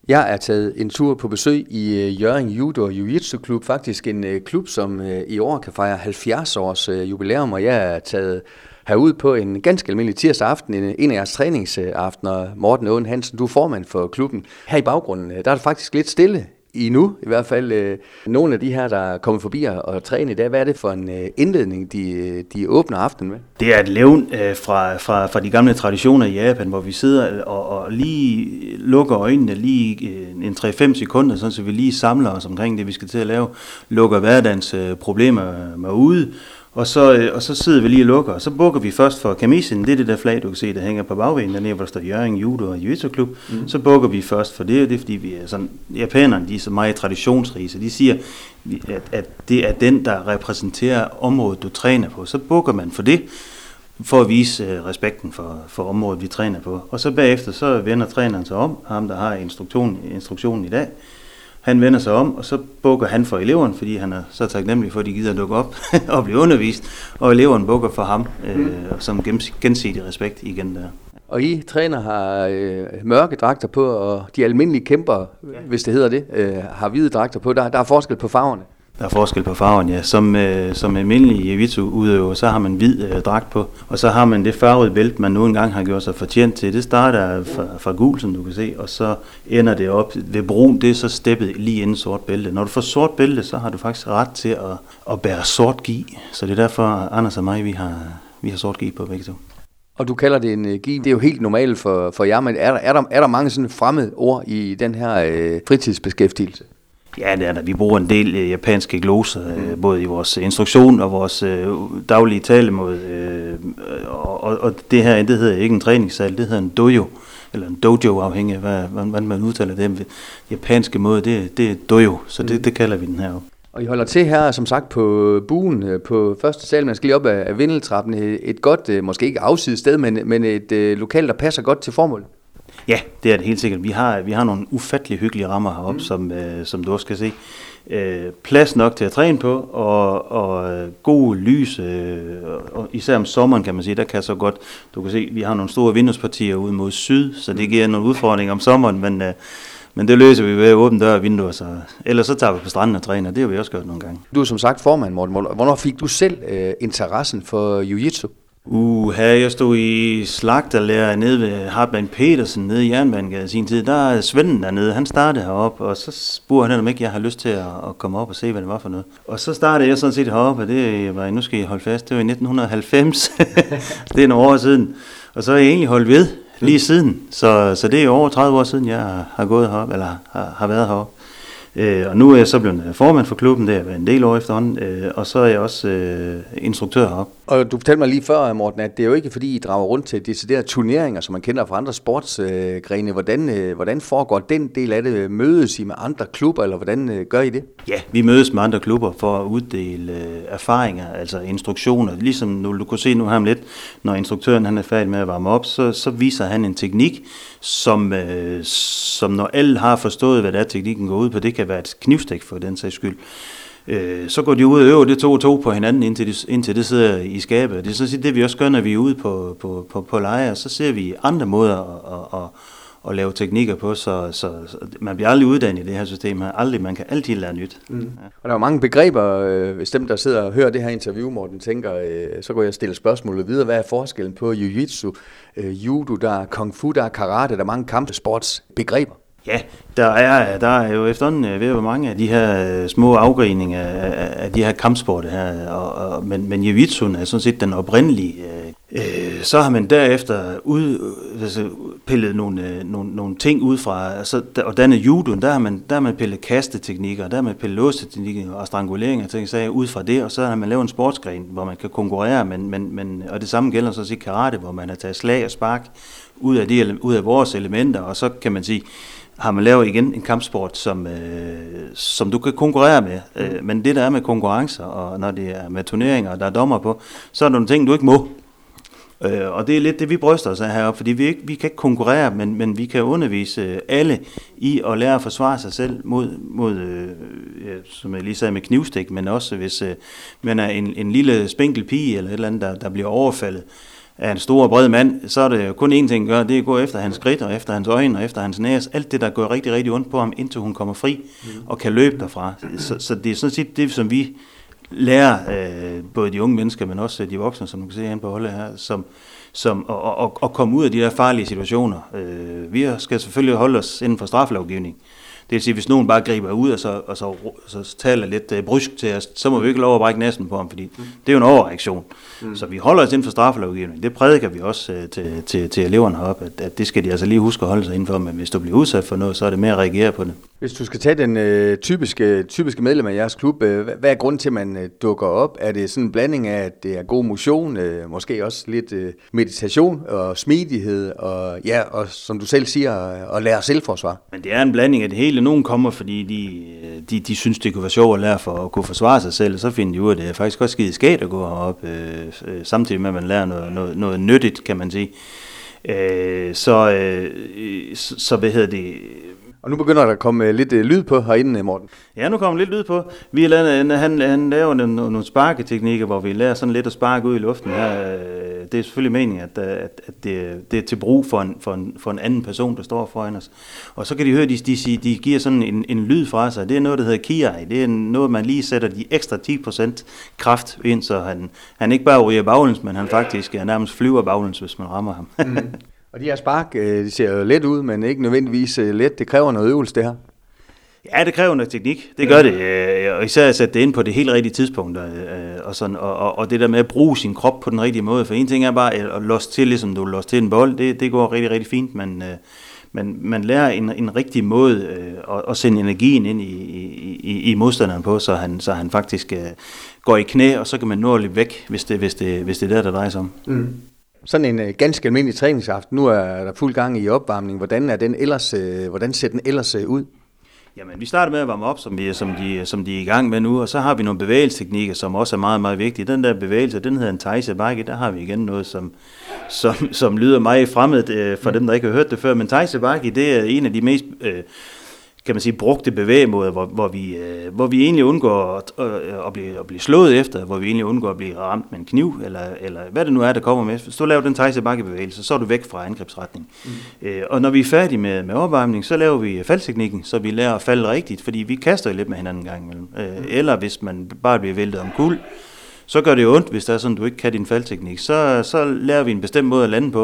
Jeg er taget en tur på besøg i Hjørring Judo og Jiu-Jitsu Klub, faktisk en klub, som i år kan fejre 70 års jubilæum, og jeg er taget herud på en ganske almindelig tirsdag aften, en af jeres træningsaftener. Morten Åen Hansen, du er formand for klubben. Her i baggrunden, der er det faktisk lidt stille endnu, i hvert fald nogle af de her, der er kommet forbi og træne i dag. Hvad er det for en indledning, de åbner aftenen med? Det er et levn fra de gamle traditioner i Japan, hvor vi sidder og lige lukker øjnene lige en 3-5 sekunder, sådan så vi lige samler os omkring det, vi skal til at lave, lukker hverdagens problemer ude, og så sidder vi lige og lukker, og så bukker vi først for kamisen. Det er det der flag, du kan se, der hænger på bagvæggen, dernede, hvor der står Hjørring Judo og Jiu-Jitsu Klub. Så bukker vi først for det, og det er fordi, vi er sådan, japanerne, de er så meget traditionsrige, så de siger, at det er den, der repræsenterer området, du træner på. Så bukker man for det, for at vise respekten for området, vi træner på. Og så bagefter, så vender træneren sig om, ham der har instruktionen i dag. Han vender sig om, og så bukker han for eleverne, fordi han er så taknemmelig for, at de gider at dukke op og blive undervist. Og eleverne bukker for ham, som gensidig respekt igen der. Og I træner har mørke dragter på, og de almindelige kæmper, hvis det hedder det, har hvide dragter på. Der er forskel på farverne. Der er forskel på farven, ja. Som almindelig jiu-jitsu-udøver, så har man hvid dragt på, og så har man det farvede bælte, man nu engang har gjort sig fortjent til. Det starter fra gul, som du kan se, og så ender det op ved brun. Det er så steppet lige inden sort bælte. Når du får sort bælte, så har du faktisk ret til at bære sort gi. Så det er derfor, Anders og mig, vi har sort gi på begge to. Og du kalder det en gi. Det er jo helt normalt for jer, men er der mange sådan fremmede ord i den her fritidsbeskæftigelse? Ja, det er der. Vi bruger en del japanske gloser, både i vores instruktion og vores daglige talemåde. Og det her, det hedder ikke en træningssal, det hedder en dojo, eller en dojo, afhængig af, hvordan man udtaler det. Den japanske måde, det er dojo, så det kalder vi den her op. Og I holder til her, som sagt, på buen på første sal. Man skal lige op ad vindeltrappen. Et godt, måske ikke afsides sted, men et lokal, der passer godt til formålet. Ja, det er det helt sikkert. Vi har nogle ufattelig hyggelige rammer heroppe, som du også kan se. Plads nok til at træne på, og god lys, og især om sommeren kan man sige, der kan så godt, du kan se, vi har nogle store vinduespartier ude mod syd, så det giver nogle udfordringer om sommeren, men det løser vi ved at åbne døre og vinduer, så ellers så tager vi på stranden og træner, det har vi også gjort nogle gange. Du er som sagt formand, Morten. Hvornår fik du selv interessen for jiu-jitsu? Jeg stod i slagterlærer nede ved Hartmann Petersen nede i Jernbanegade i sin tid. Der er Svenden dernede, han startede heroppe, og så spurgte han, om ikke jeg har lyst til at komme op og se, hvad det var for noget. Og så startede jeg sådan set heroppe, og det var, nu skal I holde fast, det var i 1990, det er nogle år siden. Og så har jeg egentlig holdt ved lige siden, så det er over 30 år siden, jeg har gået heroppe, eller har været heroppe. Og nu er jeg så blevet formand for klubben, det har været en del år efterhånden, og så er jeg også instruktør heroppe. Og du fortalte mig lige før, Morten, at det er jo ikke fordi, I drager rundt til deciderede turneringer, som man kender fra andre sportsgrene. Hvordan foregår den del af det? Mødes I med andre klubber, eller hvordan gør I det? Ja, vi mødes med andre klubber for at uddele erfaringer, altså instruktioner. Ligesom du kunne se nu her om lidt, når instruktøren han er færdig med at varme op, så viser han en teknik, som når alle har forstået, hvad det er, teknikken går ud på, det kan være et knivstik for den sags skyld. Så går de ud og øver det 2 på hinanden, indtil det sidder i skabet. Det er sådan set det, vi også gør, når vi er ude på lejre. Så ser vi andre måder at lave teknikker på, så man bliver aldrig uddannet i det her system her. Man kan altid lære nyt. Ja. Og der er mange begreber, hvis dem, der sidder og hører det her interview, Morten, tænker, så går jeg og stille spørgsmålet videre. Hvad er forskellen på jiu-jitsu, judo, der er kung fu, der er karate, der er mange kampsportsbegreber? Ja, der er jo efterhånden ved at være mange af de her små afgreninger af de her kampsporter her, men jiu-jitsu'en er sådan set den oprindelige. Så har man derefter pillet nogle ting ud fra, og dannet judoen, der har man pillet kasteteknikker, der har man pillet låseteknikker og stranguleringer ud fra det, og så har man lavet en sportsgren, hvor man kan konkurrere, og det samme gælder så sige karate, hvor man har taget slag og spark ud af vores elementer, og så kan man sige, har man lavet igen en kampsport, som du kan konkurrere med. Men det der er med konkurrencer, og når det er med turneringer, og der er dommer på, så er der nogle ting, du ikke må. Og det er lidt det, vi bryster os af heroppe, fordi vi kan ikke konkurrere, men vi kan undervise alle i at lære at forsvare sig selv mod som jeg lige sagde, med knivstik, men også hvis man er en lille spinkel pige eller et eller andet, der bliver overfaldet. er en stor og bred mand, så er det kun én ting at gøre, det er at gå efter hans skridt, og efter hans øjne, og efter hans næse, alt det, der går rigtig, rigtig ondt på ham, indtil hun kommer fri, og kan løbe derfra. Så det er sådan set det, som vi lærer, både de unge mennesker, men også de voksne, som du kan se herinde på holdet her, at komme ud af de der farlige situationer. Vi skal selvfølgelig holde os inden for straffelovgivning. Det vil sige, hvis nogen bare griber ud og så taler lidt brysk til os, så må vi ikke lov at brække næsen på ham, fordi det er jo en overreaktion. Så vi holder os inden for straffelovgivning. Det prædiker vi også til eleverne heroppe, at det skal de altså lige huske at holde sig indenfor, men hvis du bliver udsat for noget, så er det mere at reagere på det. Hvis du skal tage den typiske medlem af jeres klub, hvad er grunden til, at man dukker op? Er det sådan en blanding af, at det er god motion, måske også lidt meditation og smidighed, og ja, og som du selv siger, at lære selvforsvar? Men det er en blanding af det hele. Nogen kommer, fordi de synes, det kunne være sjovt at lære for at kunne forsvare sig selv, og så finder de ud af, at det er faktisk også skide skægt at gå herop, samtidig med, at man lærer noget nyttigt, kan man sige. Så hvad hedder det... Og nu begynder der at komme lidt lyd på herinde, Morten. Ja, nu kommer lidt lyd på. Han laver nogle sparketeknikker, hvor vi lærer sådan lidt at sparke ud i luften her. Det er selvfølgelig meningen, at det er til brug for en anden person, der står foran os. Og så kan de høre, de giver sådan en lyd fra sig. Det er noget, der hedder kiai. Det er noget, man lige sætter de ekstra 10% kraft ind, så han ikke bare ryger baglæns, men han faktisk nærmest flyver baglæns, hvis man rammer ham. Og de her spark, de ser jo let ud, men ikke nødvendigvis let. Det kræver noget øvelse, det her. Ja, det kræver noget teknik. Det gør det. Og især at sætte det ind på det helt rigtige tidspunkt. Og det der med at bruge sin krop på den rigtige måde. For en ting er bare at låse til, ligesom du låser til en bold. Det går rigtig, rigtig fint. Men man lærer en rigtig måde at sende energien ind i modstanderen på, så han faktisk går i knæ, og så kan man nå at løbe væk, hvis det er der drejer sig om. Mm. Sådan en ganske almindelig træningsaften. Nu er der fuld gang i opvarmning. Hvordan ser den ellers ud? Jamen, vi starter med at varme op, som de er i gang med nu, og så har vi nogle bevægelsesteknikker, som også er meget, meget vigtige. Den der bevægelse, den hedder en Taizé-bakke. Der har vi igen noget, som lyder meget fremmed for dem, der ikke har hørt det før. Men Taizé-bakke, det er en af de mest kan man sige, brugte bevægemåder, hvor vi egentlig undgår at blive slået efter, hvor vi egentlig undgår at blive ramt med en kniv, eller hvad det nu er, der kommer med. Hvis du laver den Taizé-bakke-bevægelse, så er du væk fra angrebsretning. Og når vi er færdige med opvarmning, så laver vi faldteknikken, så vi lærer at falde rigtigt, fordi vi kaster jo lidt med hinanden en gang imellem. Eller hvis man bare bliver væltet omkuld, så gør det jo ondt, hvis det er sådan, du ikke kan din faldteknik. Så lærer vi en bestemt måde at lande på,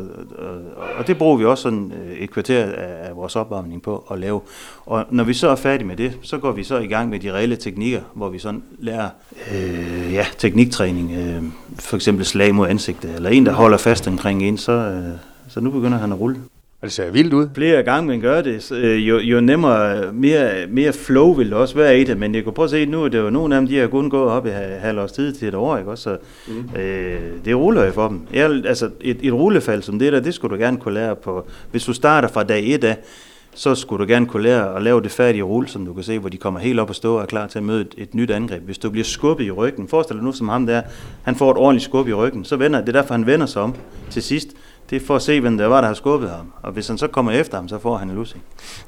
og det bruger vi også sådan et kvarter af vores opvarmning på at lave. Og når vi så er færdige med det, så går vi så i gang med de reelle teknikker, hvor vi sådan lærer tekniktræning, for eksempel slag mod ansigtet, eller en, der holder fast omkring en, så nu begynder han at rulle. Og det ser vildt ud. Flere gange man gør det, jo nemmere, mere flow vil det også være i det, men jeg kunne prøve at se, nu er det jo nogle af dem, de har kun gået op i halv års tid til et år, ikke også? Så det ruller jo for dem. Altså et rullefald som det der, det skulle du gerne kunne lære på. Hvis du starter fra dag 1 af, så skulle du gerne kunne lære at lave det færdige rulle, som du kan se, hvor de kommer helt op og stå og er klar til at møde et nyt angreb. Hvis du bliver skubbet i ryggen, forestil dig nu som ham der, han får et ordentligt skub i ryggen, så det er derfor han vender sig om til sidst. Det er for at se, hvem der var, der har skubbet ham. Og hvis han så kommer efter ham, så får han en lussing.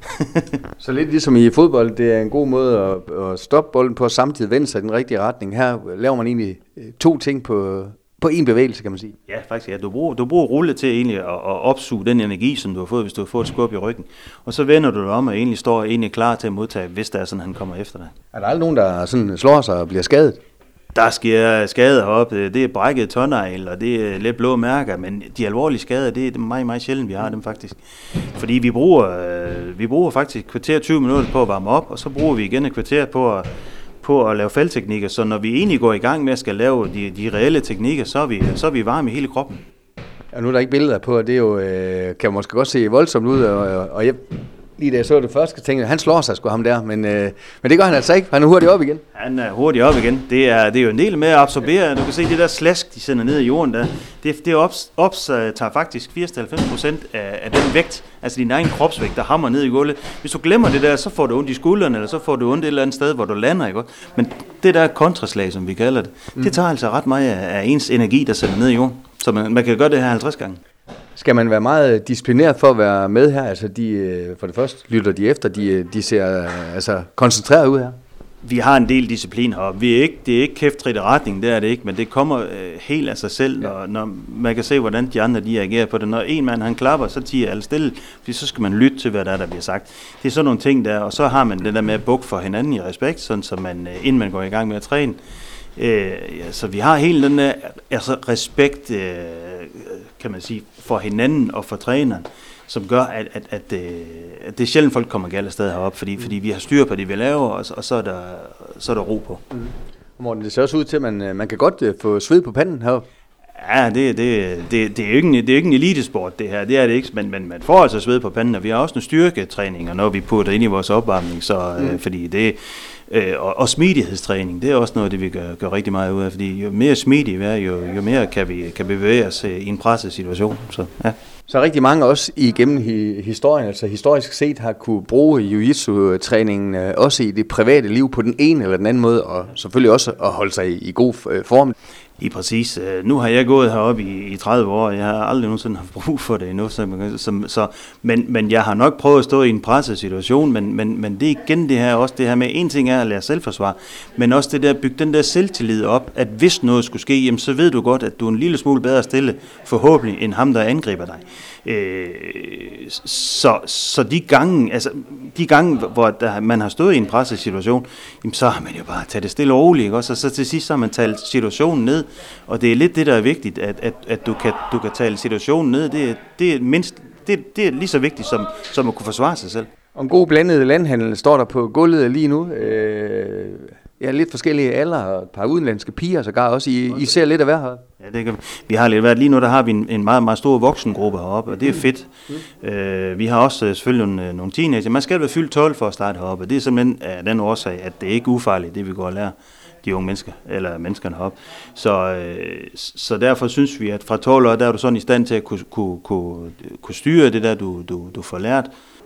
Så lidt ligesom i fodbold, det er en god måde at stoppe bolden på, og samtidig vende sig i den rigtige retning. Her laver man egentlig 2 ting på én bevægelse, kan man sige. Ja, faktisk. Ja. Du bruger rulle til egentlig at opsuge den energi, som du har fået, hvis du har fået et skub i ryggen. Og så vender du dig om og egentlig står klar til at modtage, hvis der er sådan, han kommer efter dig. Er der aldrig nogen, der sådan slår sig og bliver skadet? Der sker skader heroppe. Det er brækket tånegl, og det er lidt blå mærker, men de alvorlige skader, det er meget, meget sjældent, vi har dem faktisk. Fordi vi bruger faktisk kvarter 20 minutter på at varme op, og så bruger vi igen et kvarter på at lave faldteknikker. Så når vi egentlig går i gang med at skal lave de reelle teknikker, så er vi varme i hele kroppen. Ja, nu er der ikke billeder på, og det er jo, kan måske godt se voldsomt ud, og jeg... Lige da jeg så det første, tænkte han slår sig sgu ham der, men det gør han altså ikke. Han er hurtigt op igen. Han er hurtigt op igen. Det er jo en del med at absorbere. Du kan se det der slask, de sender ned i jorden der. Det tager faktisk 80-90% af den vægt, altså din egen kropsvægt, der hammer ned i gulvet. Hvis du glemmer det der, så får du ondt i skuldrene, eller så får du ondt et eller andet sted, hvor du lander, ikke? Men det der kontraslag, som vi kalder det tager altså ret meget af ens energi, der sender ned i jorden. Så man kan gøre det her 50 gange. Skal man være meget disciplineret for at være med her? Altså for det første lytter de efter, de ser altså koncentreret ud her. vi har en del disciplin heroppe. Det er ikke kæftrit i retning, det er det ikke, men det kommer helt af sig selv, når man kan se, hvordan de andre de agerer på det. Når en mand han klapper, så tiger alle stille, fordi så skal man lytte til, hvad der bliver sagt. Det er sådan nogle ting der, og så har man det der med at bukke for hinanden i respekt, sådan så man, inden man går i gang med at træne. Så vi har hele den der respekt, kan man sige, for hinanden og for træneren, som gør, at det er sjældent folk kommer galt afsted heroppe, fordi vi har styr på det, vi laver, og så er der ro på. Morten, det ser også ud til, at man kan godt få sved på panden heroppe. Ja, det er jo ikke en elitesport, det her. Det er det ikke, men man får altså sved på panden, og vi har også nogle styrketræninger, når vi putter ind i vores opvarmning, så fordi det og smidighedstræning, det er også noget, det vi gør rigtig meget ud af, fordi jo mere smidige vi er, jo mere kan vi bevæge os i en presset situation. Så rigtig mange også igennem historien, altså historisk set, har kunne bruge jiu-jitsu-træningen også i det private liv på den ene eller den anden måde, og selvfølgelig også at holde sig i god form. I præcis. Nu har jeg gået heroppe i 30 år, og jeg har aldrig nogensinde haft brug for det endnu. Men jeg har nok prøvet at stå i en presset situation, men det er igen det her med, en ting er at lære selvforsvar, men også det der at bygge den der selvtillid op, at hvis noget skulle ske, jamen, så ved du godt, at du er en lille smule bedre stille, forhåbentlig, end ham, der angriber dig. Så de gange, hvor man har stået i en presset situation, jamen, så har man jo bare taget det stille og roligt, ikke? Og så til sidst så har man talt situationen ned, og det er lidt det, der er vigtigt, at du kan tale situationen ned. Det er lige så vigtigt som at kunne forsvare sig selv. Og en god blandet landhandel står der på gulvet lige nu. Lidt forskellige alder, og et par udenlandske piger, sågar også. I ser lidt af hver her. Ja, det kan vi har lidt af hvert. Lige nu der har vi en meget, meget stor voksengruppe heroppe, og det er fedt. Vi har også selvfølgelig nogle teenager. Man skal være fyldt 12 for at starte heroppe, og det er simpelthen af den årsag, at det ikke er ufarligt, det vi går og lærer de unge mennesker, eller menneskerne heroppe. Så derfor synes vi, at fra 12 år, der er du sådan i stand til at kunne styre det der, du får lært.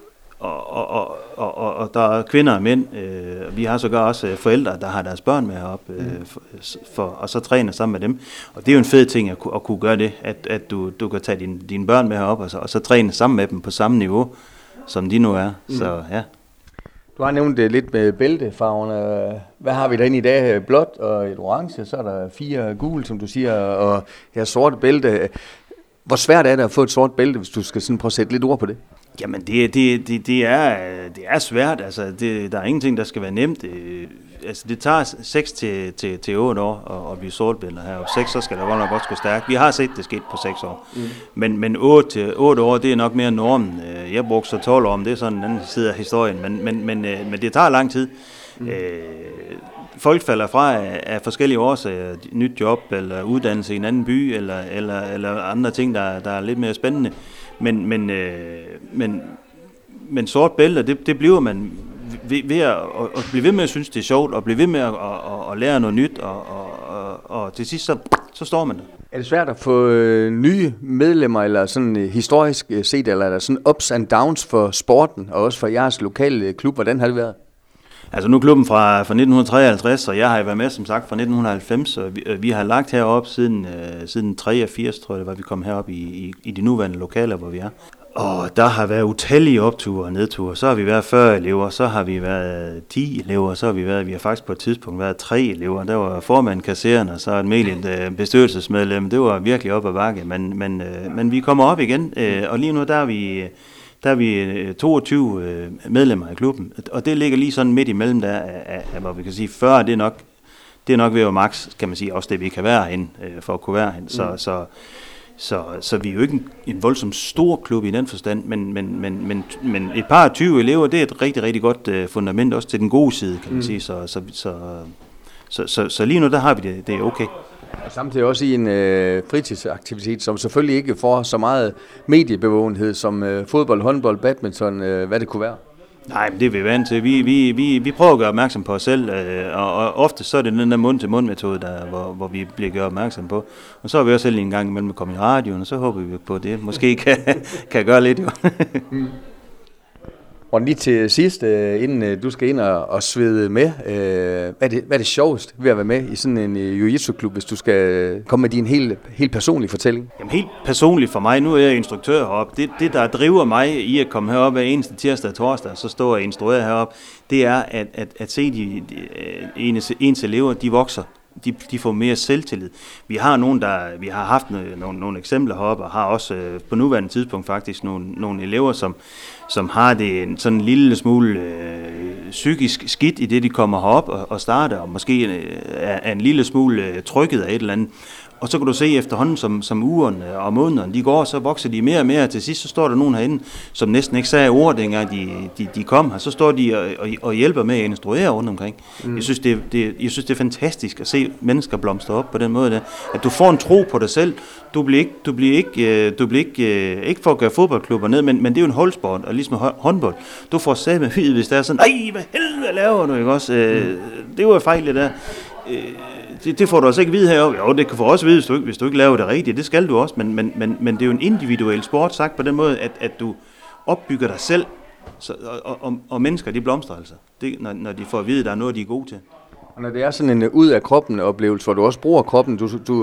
Og der er kvinder og mænd. Vi har sågar også forældre, der har deres børn med heroppe, og så træner sammen med dem. Og det er jo en fed ting at kunne gøre det, at du kan tage dine børn med heroppe, og så træne sammen med dem på samme niveau, som de nu er. Så ja. Du har nævnt det lidt med bæltefarverne. Hvad har vi derinde i dag? Blåt og et orange, så er der 4 gule, som du siger, og her sorte bælte. Hvor svært er det at få et sort bælte, hvis du skal sådan prøve at sætte lidt ord på det? Jamen, det er svært. Altså, der er ingenting, der skal være nemt. Det tager 6 til 8 år at blive sortbælter her. Og 6, så skal der godt nok også gå stærkt. Vi har set det sket på 6 år. Men 8 til 8 år, det er nok mere normen. Jeg brugte så 12 år, det er sådan en anden side af historien. Men det tager lang tid. Folk falder fra af forskellige årsager, nyt job eller uddannelse i en anden by eller andre ting, der er lidt mere spændende. Men sort bælte, det bliver man ved at blive ved med at synes, det er sjovt, og blive ved med at lære noget nyt, og til sidst så står man der. Er det svært at få nye medlemmer, eller sådan historisk set, eller er der sådan ups and downs for sporten, og også for jeres lokale klub? Hvordan har det været? Altså nu er klubben fra 1953, og jeg har været med, som sagt, fra 1990, og vi har lagt heroppe siden 83, tror jeg det var, vi kom herop i de nuværende lokaler, hvor vi er. Og der har været utallige opture og nedture. Så har vi været 40 elever, så har vi været 10 elever, vi har faktisk på et tidspunkt været 3 elever. Der var formand, kassereren, og så et medlem, bestyrelsesmedlem. Det var virkelig op ad bakke, men vi kommer op igen, og lige nu der er vi 22 medlemmer i klubben, og det ligger lige sådan midt imellem der, hvor vi kan sige 40, det er nok ved at max, kan man sige, også det vi kan være herinde, for at kunne være herinde. Så vi er jo ikke en voldsomt stor klub i den forstand, men et par 20 elever, det er et rigtig, rigtig godt fundament også til den gode side, kan man sige. Så lige nu der har vi det er okay. Og samtidig også i en fritidsaktivitet, som selvfølgelig ikke får så meget mediebevågenhed som fodbold, håndbold, badminton, hvad det kunne være. Nej, men det er vi vant til. Vi prøver at gøre opmærksom på os selv, og ofte så er det den der mund-til-mund-metode, hvor vi bliver gjort opmærksom på. Og så er vi også selv en gang imellem at komme i radioen, og så håber vi på, at det måske kan gøre lidt jo. Og lige til sidst, inden du skal ind og svede med, hvad er det sjovest ved at være med i sådan en jiu-jitsu-klub, hvis du skal komme med din helt personlige fortælling? Jamen helt personligt for mig, nu er jeg instruktør heroppe, det der driver mig i at komme herop hver eneste tirsdag og torsdag, så står jeg instrueret heroppe, det er at se ens elever, de vokser. De får mere selvtillid. Vi har haft nogle eksempler heroppe, og har også på nuværende tidspunkt faktisk nogle elever, som har det sådan en lille smule psykisk skidt i det, de kommer herop og starter, og måske er en lille smule trykket af et eller andet. Og så kan du se efterhånden, som ugerne og månederne de går, så vokser de mere og mere. Til sidst så står der nogen herinde, som næsten ikke sagde ord, dengang de kom her. Så står de og hjælper med at instruere rundt omkring. Jeg synes, det er fantastisk at se mennesker blomstre op på den måde der. At du får en tro på dig selv. Du bliver ikke for at gøre fodboldklubber ned, men det er jo en holdsport, og ligesom håndbold. Du får sagt med hyde, hvis der er sådan, ej, hvad helvede laver du, ikke også? Det var fejl, det der. Det får du også ikke vide heroppe. Jo, det kan få også vide, hvis du ikke laver det rigtigt. Det skal du også, men det er jo en individuel sport, sagt på den måde, at du opbygger dig selv, og mennesker, de blomstrer altså. Det, når de får at vide, at der er noget, de er gode til. Og når det er sådan en ud af kroppen oplevelse, hvor du også bruger kroppen,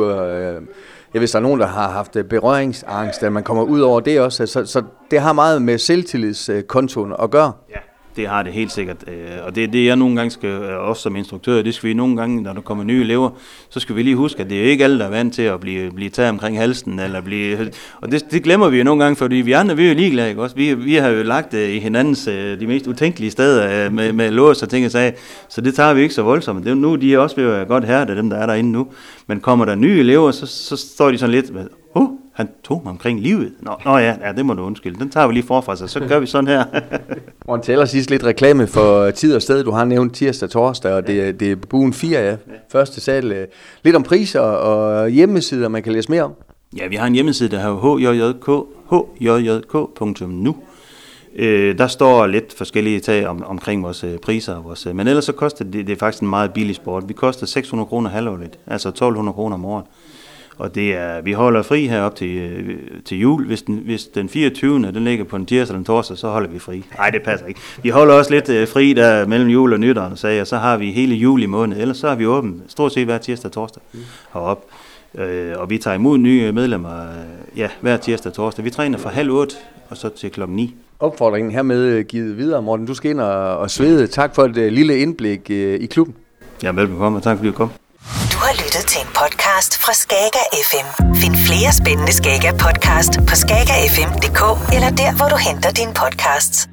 jeg ved, der er nogen, der har haft berøringsangst, at man kommer ud over det også, så det har meget med selvtillidskontoen at gøre. Ja. Det har det helt sikkert, og det er det, jeg nogle gange skal, også som instruktør, det skal vi nogle gange, når der kommer nye elever, så skal vi lige huske, at det er ikke alle, der er vant til at blive taget omkring halsen, og det glemmer vi jo nogle gange, fordi vi andre, vi er jo ligeglade, ikke også? Vi har jo lagt i hinandens de mest utænkelige steder med lås og ting og sager, så det tager vi ikke så voldsomt. Nu de er også ved at være godt her, det er dem, der er derinde nu, men kommer der nye elever, så står de sådan lidt med, han tog mig omkring livet. Nå ja, det må du undskylde. Den tager vi lige forfra sig, så gør vi sådan her. Og til allersidst lidt reklame for tid og sted. Du har nævnt tirsdag og torsdag, og det er Buen 4, ja. Første sal. Lidt om priser og hjemmesider, man kan læse mere om. Ja, vi har en hjemmeside, der hedder hjjk.nu. Der står lidt forskellige tag omkring vores priser. Men ellers så koster det er faktisk en meget billig sport. Vi koster 600 kroner halvårligt, altså 1200 kroner om året. Og vi holder fri herop til jul. Hvis den 24. den ligger på en tirsdag eller en torsdag, så holder vi fri. Nej, det passer ikke. Vi holder også lidt fri der mellem jul og nytår, og så har vi hele juli måned. Ellers så har vi åbent stort set hver tirsdag og torsdag heroppe. Og vi tager imod nye medlemmer hver tirsdag og torsdag. Vi træner fra 7:30 og så til 9:00. Opfordringen hermed givet videre, Morten. Du skal ind og svede. Tak for et lille indblik i klubben. Ja, velbekomme, og tak fordi du kom. Du har lyttet til en podcast fra Skager FM. Find flere spændende Skager podcast på skagerfm.dk eller der, hvor du henter dine podcasts.